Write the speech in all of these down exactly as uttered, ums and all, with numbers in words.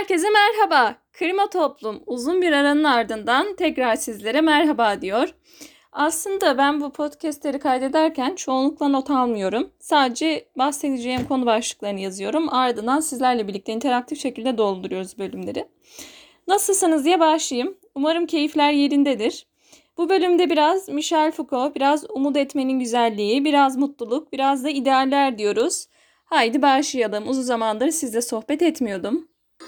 Herkese merhaba. Krima Toplum uzun bir aranın ardından tekrar sizlere merhaba diyor. Aslında ben bu podcastleri kaydederken çoğunlukla not almıyorum. Sadece bahsedeceğim konu başlıklarını yazıyorum. Ardından sizlerle birlikte interaktif şekilde dolduruyoruz bölümleri. Nasılsınız diye başlayayım. Umarım keyifler yerindedir. Bu bölümde biraz Michel Foucault, biraz umut etmenin güzelliği, biraz mutluluk, biraz da idealler diyoruz. Haydi başlayalım. Uzun zamandır sizle sohbet etmiyordum.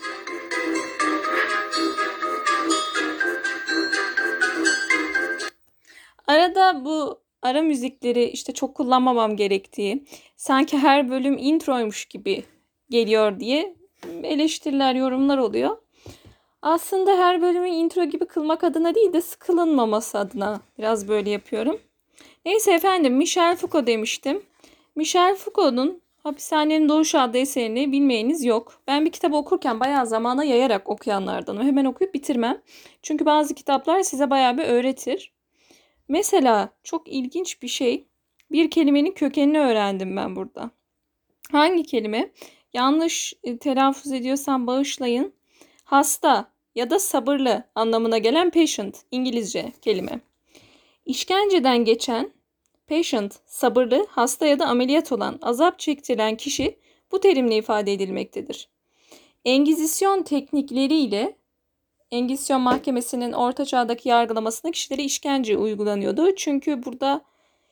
Arada bu ara müzikleri işte çok kullanmamam gerektiği, sanki her bölüm introymuş gibi geliyor diye eleştiriler, yorumlar oluyor. Aslında her bölümü intro gibi kılmak adına değil de sıkılınmaması adına biraz böyle yapıyorum. Neyse efendim, Michel Foucault demiştim. Michel Foucault'un Hapishanenin Doğuşu adlı eserini bilmeyeniz yok. Ben bir kitabı okurken bayağı zamana yayarak okuyanlardanım. Hemen okuyup bitirmem. Çünkü bazı kitaplar size bayağı bir öğretir. Mesela çok ilginç bir şey. Bir kelimenin kökenini öğrendim ben burada. Hangi kelime? Yanlış e, telaffuz ediyorsam bağışlayın. Hasta ya da sabırlı anlamına gelen patient, İngilizce kelime. İşkenceden geçen patient, sabırlı, hasta ya da ameliyat olan, azap çektirilen kişi bu terimle ifade edilmektedir. Engizisyon teknikleriyle Engizisyon Mahkemesi'nin Orta Çağ'daki yargılamasında kişilere işkence uygulanıyordu. Çünkü burada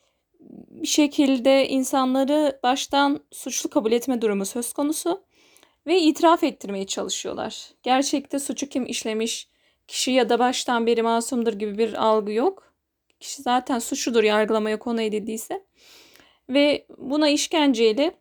bir şekilde insanları baştan suçlu kabul etme durumu söz konusu ve itiraf ettirmeye çalışıyorlar. Gerçekte suçu kim işlemiş, kişi ya da baştan beri masumdur gibi bir algı yok. Kişi zaten suçludur yargılamaya konu edildiyse. Ve buna işkenceyle,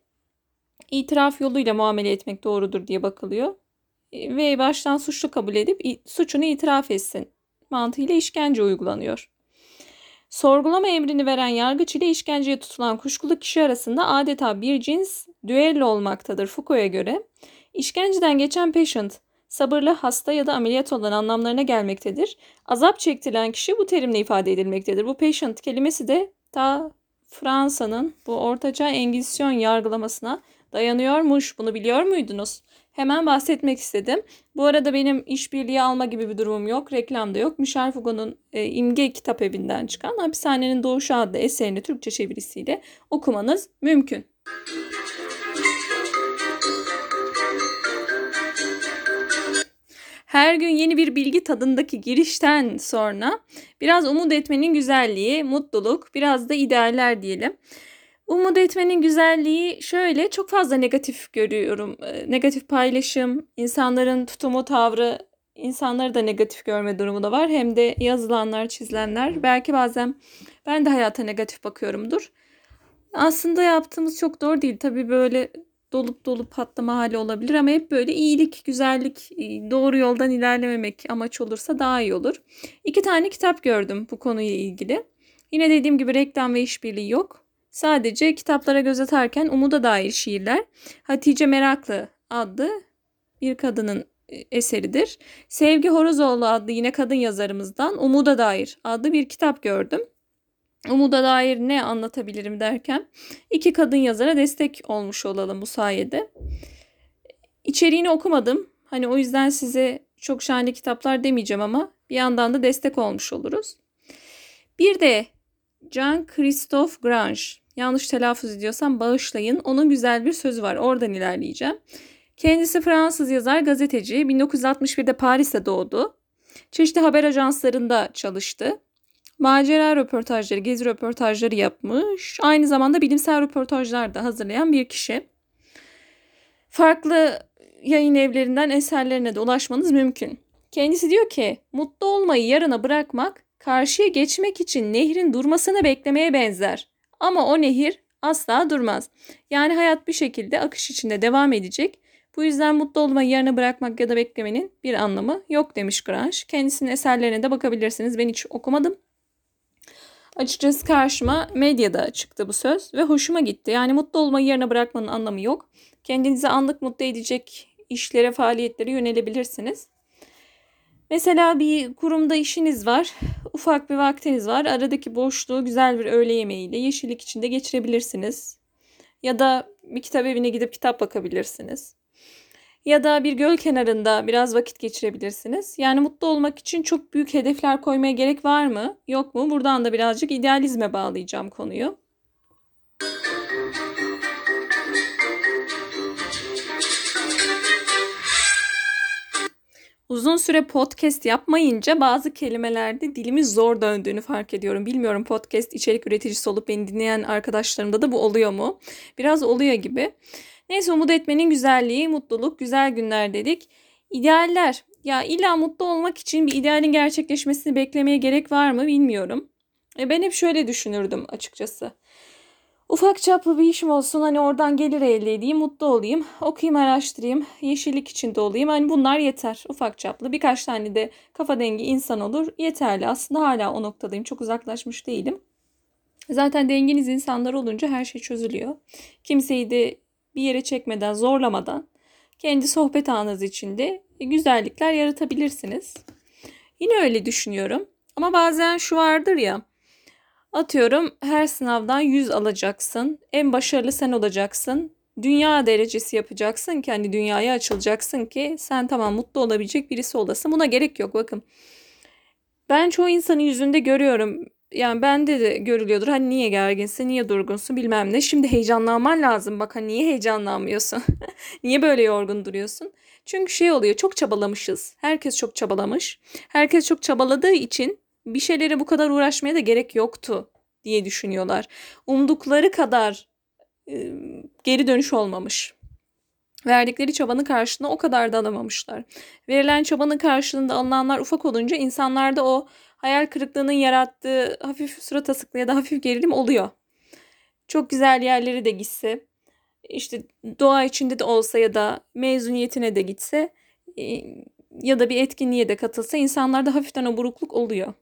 itiraf yoluyla muamele etmek doğrudur diye bakılıyor. Ve baştan suçlu kabul edip suçunu itiraf etsin mantığıyla işkence uygulanıyor. Sorgulama emrini veren yargıç ile işkenceye tutulan kuşkulu kişi arasında adeta bir cins düello olmaktadır Foucault'a göre. İşkenceden geçen patient, sabırlı, hasta ya da ameliyat olan anlamlarına gelmektedir. Azap çektirilen kişi bu terimle ifade edilmektedir. Bu patient kelimesi de ta Fransa'nın bu ortaçağ Engizisyon yargılamasına dayanıyormuş. Bunu biliyor muydunuz? Hemen bahsetmek istedim. Bu arada benim işbirliği alma gibi bir durumum yok. Reklam da yok. Michel Foucault'un e, İmge Kitap Evi'nden çıkan Hapishanenin Doğuşu adlı eserini Türkçe çevirisiyle okumanız mümkün. Her gün yeni bir bilgi tadındaki girişten sonra biraz umut etmenin güzelliği, mutluluk, biraz da idealler diyelim. Umut etmenin güzelliği şöyle, çok fazla negatif görüyorum. Negatif paylaşım, insanların tutumu, tavrı, insanları da negatif görme durumu da var. Hem de yazılanlar, çizilenler. Belki bazen ben de hayata negatif bakıyorumdur. Aslında yaptığımız çok doğru değil. Tabii böyle dolup dolup patlama hali olabilir ama hep böyle iyilik, güzellik, doğru yoldan ilerlememek amaç olursa daha iyi olur. İki tane kitap gördüm bu konuyla ilgili. Yine dediğim gibi reklam ve işbirliği yok. Sadece kitaplara göz atarken umuda dair şiirler. Hatice Meraklı adlı bir kadının eseridir. Sevgi Horozoğlu adlı yine kadın yazarımızdan Umuda Dair adlı bir kitap gördüm. Umuda dair ne anlatabilirim derken iki kadın yazara destek olmuş olalım bu sayede. İçeriğini okumadım. Hani o yüzden size çok şahane kitaplar demeyeceğim ama bir yandan da destek olmuş oluruz. Bir de Jean-Christophe Grange, yanlış telaffuz ediyorsam bağışlayın, onun güzel bir sözü var. Oradan ilerleyeceğim. Kendisi Fransız yazar, gazeteci. bin dokuz yüz altmış birde Paris'te doğdu. Çeşitli haber ajanslarında çalıştı. Macera röportajları, gezi röportajları yapmış. Aynı zamanda bilimsel röportajlar da hazırlayan bir kişi. Farklı yayın evlerinden eserlerine de ulaşmanız mümkün. Kendisi diyor ki, mutlu olmayı yarına bırakmak, karşıya geçmek için nehrin durmasını beklemeye benzer. Ama o nehir asla durmaz. Yani hayat bir şekilde akış içinde devam edecek. Bu yüzden mutlu olmayı yarına bırakmak ya da beklemenin bir anlamı yok demiş Grange. Kendisinin eserlerine de bakabilirsiniz. Ben hiç okumadım. Açıkçası karşıma medyada çıktı bu söz ve hoşuma gitti. Yani mutlu olmayı yarına bırakmanın anlamı yok. Kendinizi anlık mutlu edecek işlere, faaliyetlere yönelebilirsiniz. Mesela bir kurumda işiniz var, ufak bir vaktiniz var. Aradaki boşluğu güzel bir öğle yemeğiyle yeşillik içinde geçirebilirsiniz. Ya da bir kitap evine gidip kitap bakabilirsiniz. Ya da bir göl kenarında biraz vakit geçirebilirsiniz. Yani mutlu olmak için çok büyük hedefler koymaya gerek var mı? Yok mu? Buradan da birazcık idealizme bağlayacağım konuyu. Uzun süre podcast yapmayınca bazı kelimelerde dilimiz zor döndüğünü fark ediyorum. Bilmiyorum, podcast içerik üreticisi olup beni dinleyen arkadaşlarımda da bu oluyor mu? Biraz oluyor gibi. Neyse, umut etmenin güzelliği, mutluluk, güzel günler dedik. İdealler. Ya illa mutlu olmak için bir idealin gerçekleşmesini beklemeye gerek var mı bilmiyorum. E ben hep şöyle düşünürdüm açıkçası. Ufak çaplı bir işim olsun, hani oradan gelir elde edeyim, mutlu olayım, okuyayım, araştırayım, yeşillik içinde olayım. Hani bunlar yeter, ufak çaplı. Birkaç tane de kafa dengi insan olur, yeterli. Aslında hala o noktadayım, çok uzaklaşmış değilim. Zaten denginiz insanlar olunca her şey çözülüyor. Kimseyi de bir yere çekmeden, zorlamadan kendi sohbet anınız içinde güzellikler yaratabilirsiniz. Yine öyle düşünüyorum. Ama bazen şu vardır ya, atıyorum her sınavdan yüz alacaksın. En başarılı sen olacaksın. Dünya derecesi yapacaksın ki hani dünyaya açılacaksın ki sen tamam mutlu olabilecek birisi olasın. Buna gerek yok, bakın. Ben çoğu insanın yüzünde görüyorum. Yani bende de görülüyordur. Hani niye gerginsin, niye durgunsun bilmem ne. Şimdi heyecanlanman lazım. Bak hani niye heyecanlanmıyorsun? Niye böyle yorgun duruyorsun? Çünkü şey oluyor, çok çabalamışız. Herkes çok çabalamış. Herkes çok çabaladığı için bir şeylere bu kadar uğraşmaya da gerek yoktu diye düşünüyorlar. Umdukları kadar e, geri dönüş olmamış. Verdikleri çabanın karşılığında o kadar da alamamışlar. Verilen çabanın karşılığında alınanlar ufak olunca insanlarda o hayal kırıklığının yarattığı hafif surat asıklığı ya da hafif gerilim oluyor. Çok güzel yerleri de gitse, işte doğa içinde de olsa ya da mezuniyetine de gitse ya da bir etkinliğe de katılsa insanlarda hafiften o burukluk oluyor.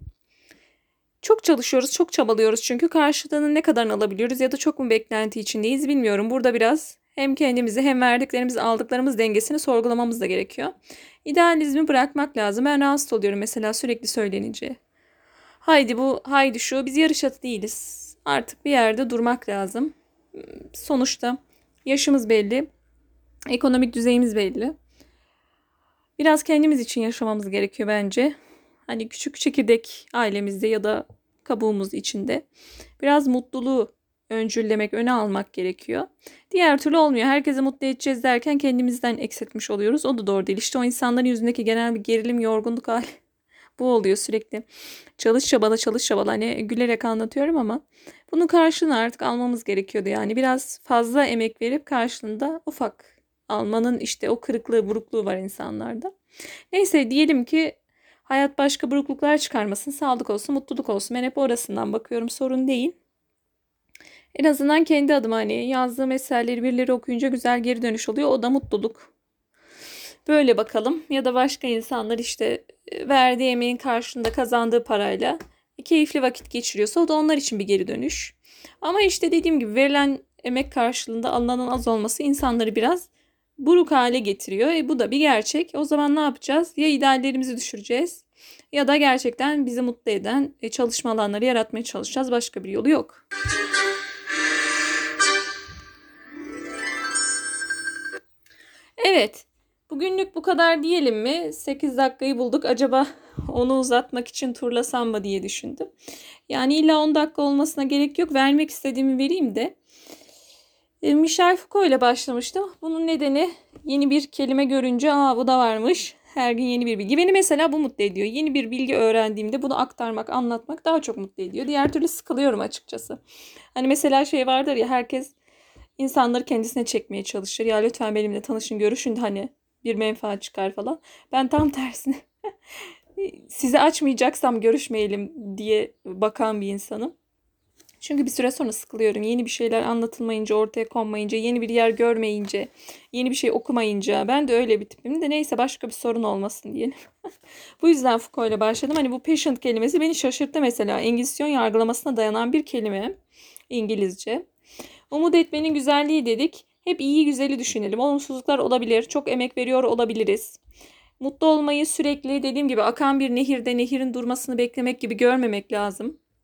Çok çalışıyoruz, çok çabalıyoruz çünkü karşılığını ne kadar alabiliyoruz ya da çok mu beklenti içindeyiz bilmiyorum. Burada biraz hem kendimizi hem verdiklerimiz aldıklarımız dengesini sorgulamamız da gerekiyor. İdealizmi bırakmak lazım. Ben rahatsız oluyorum mesela sürekli söylenince. Haydi bu, haydi şu. Biz yarış atı değiliz. Artık bir yerde durmak lazım. Sonuçta yaşımız belli. Ekonomik düzeyimiz belli. Biraz kendimiz için yaşamamız gerekiyor bence. Hani küçük çekirdek ailemizde ya da kabuğumuz içinde biraz mutluluğu öncüllemek, öne almak gerekiyor. Diğer türlü olmuyor. Herkesi mutlu edeceğiz derken kendimizden eksiltmiş oluyoruz. O da doğru değil. İşte o insanların yüzündeki genel bir gerilim, yorgunluk hali bu oluyor sürekli. Çalış çabala, çalış çabala. Hani gülerek anlatıyorum ama bunun karşılığını artık almamız gerekiyordu. Yani biraz fazla emek verip karşılığında ufak almanın işte o kırıklığı, burukluğu var insanlarda. Neyse, diyelim ki hayat başka burukluklar çıkarmasın, sağlık olsun, mutluluk olsun. Ben hep orasından bakıyorum, sorun değil. En azından kendi adıma hani yazdığım eserleri birileri okuyunca güzel geri dönüş oluyor. O da mutluluk. Böyle bakalım. Ya da başka insanlar işte verdiği emeğin karşılığında kazandığı parayla keyifli vakit geçiriyorsa o da onlar için bir geri dönüş. Ama işte dediğim gibi verilen emek karşılığında alınanın az olması insanları biraz buruk hale getiriyor. E bu da bir gerçek. O zaman ne yapacağız? Ya ideallerimizi düşüreceğiz ya da gerçekten bizi mutlu eden çalışma alanları yaratmaya çalışacağız. Başka bir yolu yok. Evet. Bugünlük bu kadar diyelim mi? sekiz dakikayı bulduk. Acaba onu uzatmak için turlasam mı diye düşündüm. Yani illa on dakika olmasına gerek yok. Vermek istediğimi vereyim de. Michel Foucault ile başlamıştım. Bunun nedeni yeni bir kelime görünce aa bu da varmış. Her gün yeni bir bilgi. Beni mesela bu mutlu ediyor. Yeni bir bilgi öğrendiğimde bunu aktarmak, anlatmak daha çok mutlu ediyor. Diğer türlü sıkılıyorum açıkçası. Hani mesela şey vardır ya, herkes insanları kendisine çekmeye çalışır. Ya lütfen benimle tanışın, görüşün de hani bir menfaat çıkar falan. Ben tam tersine sizi açmayacaksam görüşmeyelim diye bakan bir insanım. Çünkü bir süre sonra sıkılıyorum. Yeni bir şeyler anlatılmayınca, ortaya konmayınca, yeni bir yer görmeyince, yeni bir şey okumayınca. Ben de öyle bir tipim de neyse, başka bir sorun olmasın diyelim. Bu yüzden Foucault ile başladım. Hani bu patient kelimesi beni şaşırttı mesela. Engizisyon yargılamasına dayanan bir kelime. İngilizce. Umut etmenin güzelliği dedik. Hep iyi güzeli düşünelim. Olumsuzluklar olabilir. Çok emek veriyor olabiliriz. Mutlu olmayı sürekli dediğim gibi akan bir nehirde nehirin durmasını beklemek gibi görmemek lazım.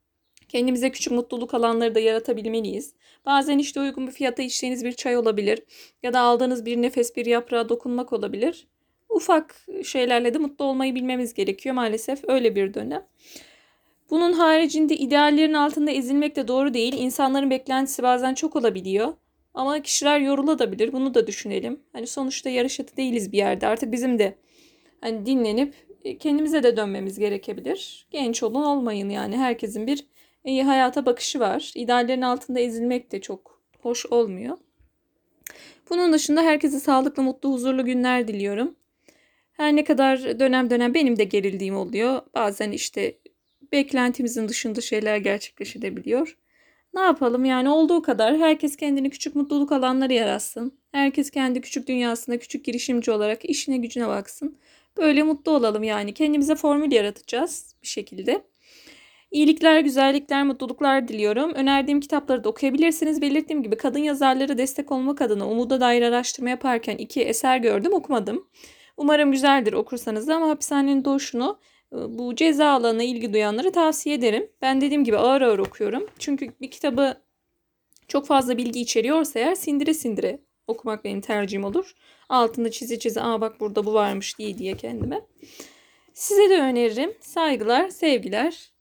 Kendimize küçük mutluluk alanları da yaratabilmeliyiz. Bazen işte uygun bir fiyata içtiğiniz bir çay olabilir ya da aldığınız bir nefes, bir yaprağa dokunmak olabilir. Ufak şeylerle de mutlu olmayı bilmemiz gerekiyor maalesef, öyle bir dönem. Bunun haricinde ideallerin altında ezilmek de doğru değil. İnsanların beklentisi bazen çok olabiliyor. Ama kişiler yorulabilir. Bunu da düşünelim. Hani sonuçta yarış atı değiliz bir yerde. Artık bizim de hani dinlenip kendimize de dönmemiz gerekebilir. Genç olun olmayın yani. Herkesin bir iyi hayata bakışı var. İdeallerin altında ezilmek de çok hoş olmuyor. Bunun dışında herkese sağlıklı, mutlu, huzurlu günler diliyorum. Her ne kadar dönem dönem benim de gerildiğim oluyor. Bazen işte beklentimizin dışında şeyler gerçekleşebiliyor. Ne yapalım yani, olduğu kadar herkes kendini küçük mutluluk alanları yaratsın. Herkes kendi küçük dünyasında küçük girişimci olarak işine gücüne baksın. Böyle mutlu olalım yani. Kendimize formül yaratacağız bir şekilde. İyilikler, güzellikler, mutluluklar diliyorum. Önerdiğim kitapları da okuyabilirsiniz. Belirttiğim gibi kadın yazarlara destek olmak adına Umuda dair araştırma yaparken iki eser gördüm, okumadım. Umarım güzeldir okursanız da, ama Hapishanenin Doğuşu'nu, bu ceza alanına ilgi duyanlara tavsiye ederim. Ben dediğim gibi ağır ağır okuyorum. Çünkü bir kitabı çok fazla bilgi içeriyorsa eğer sindire sindire okumak benim tercihim olur. Altında çizi çizi, aa bak burada bu varmış diye diye kendime. Size de öneririm. Saygılar, sevgiler.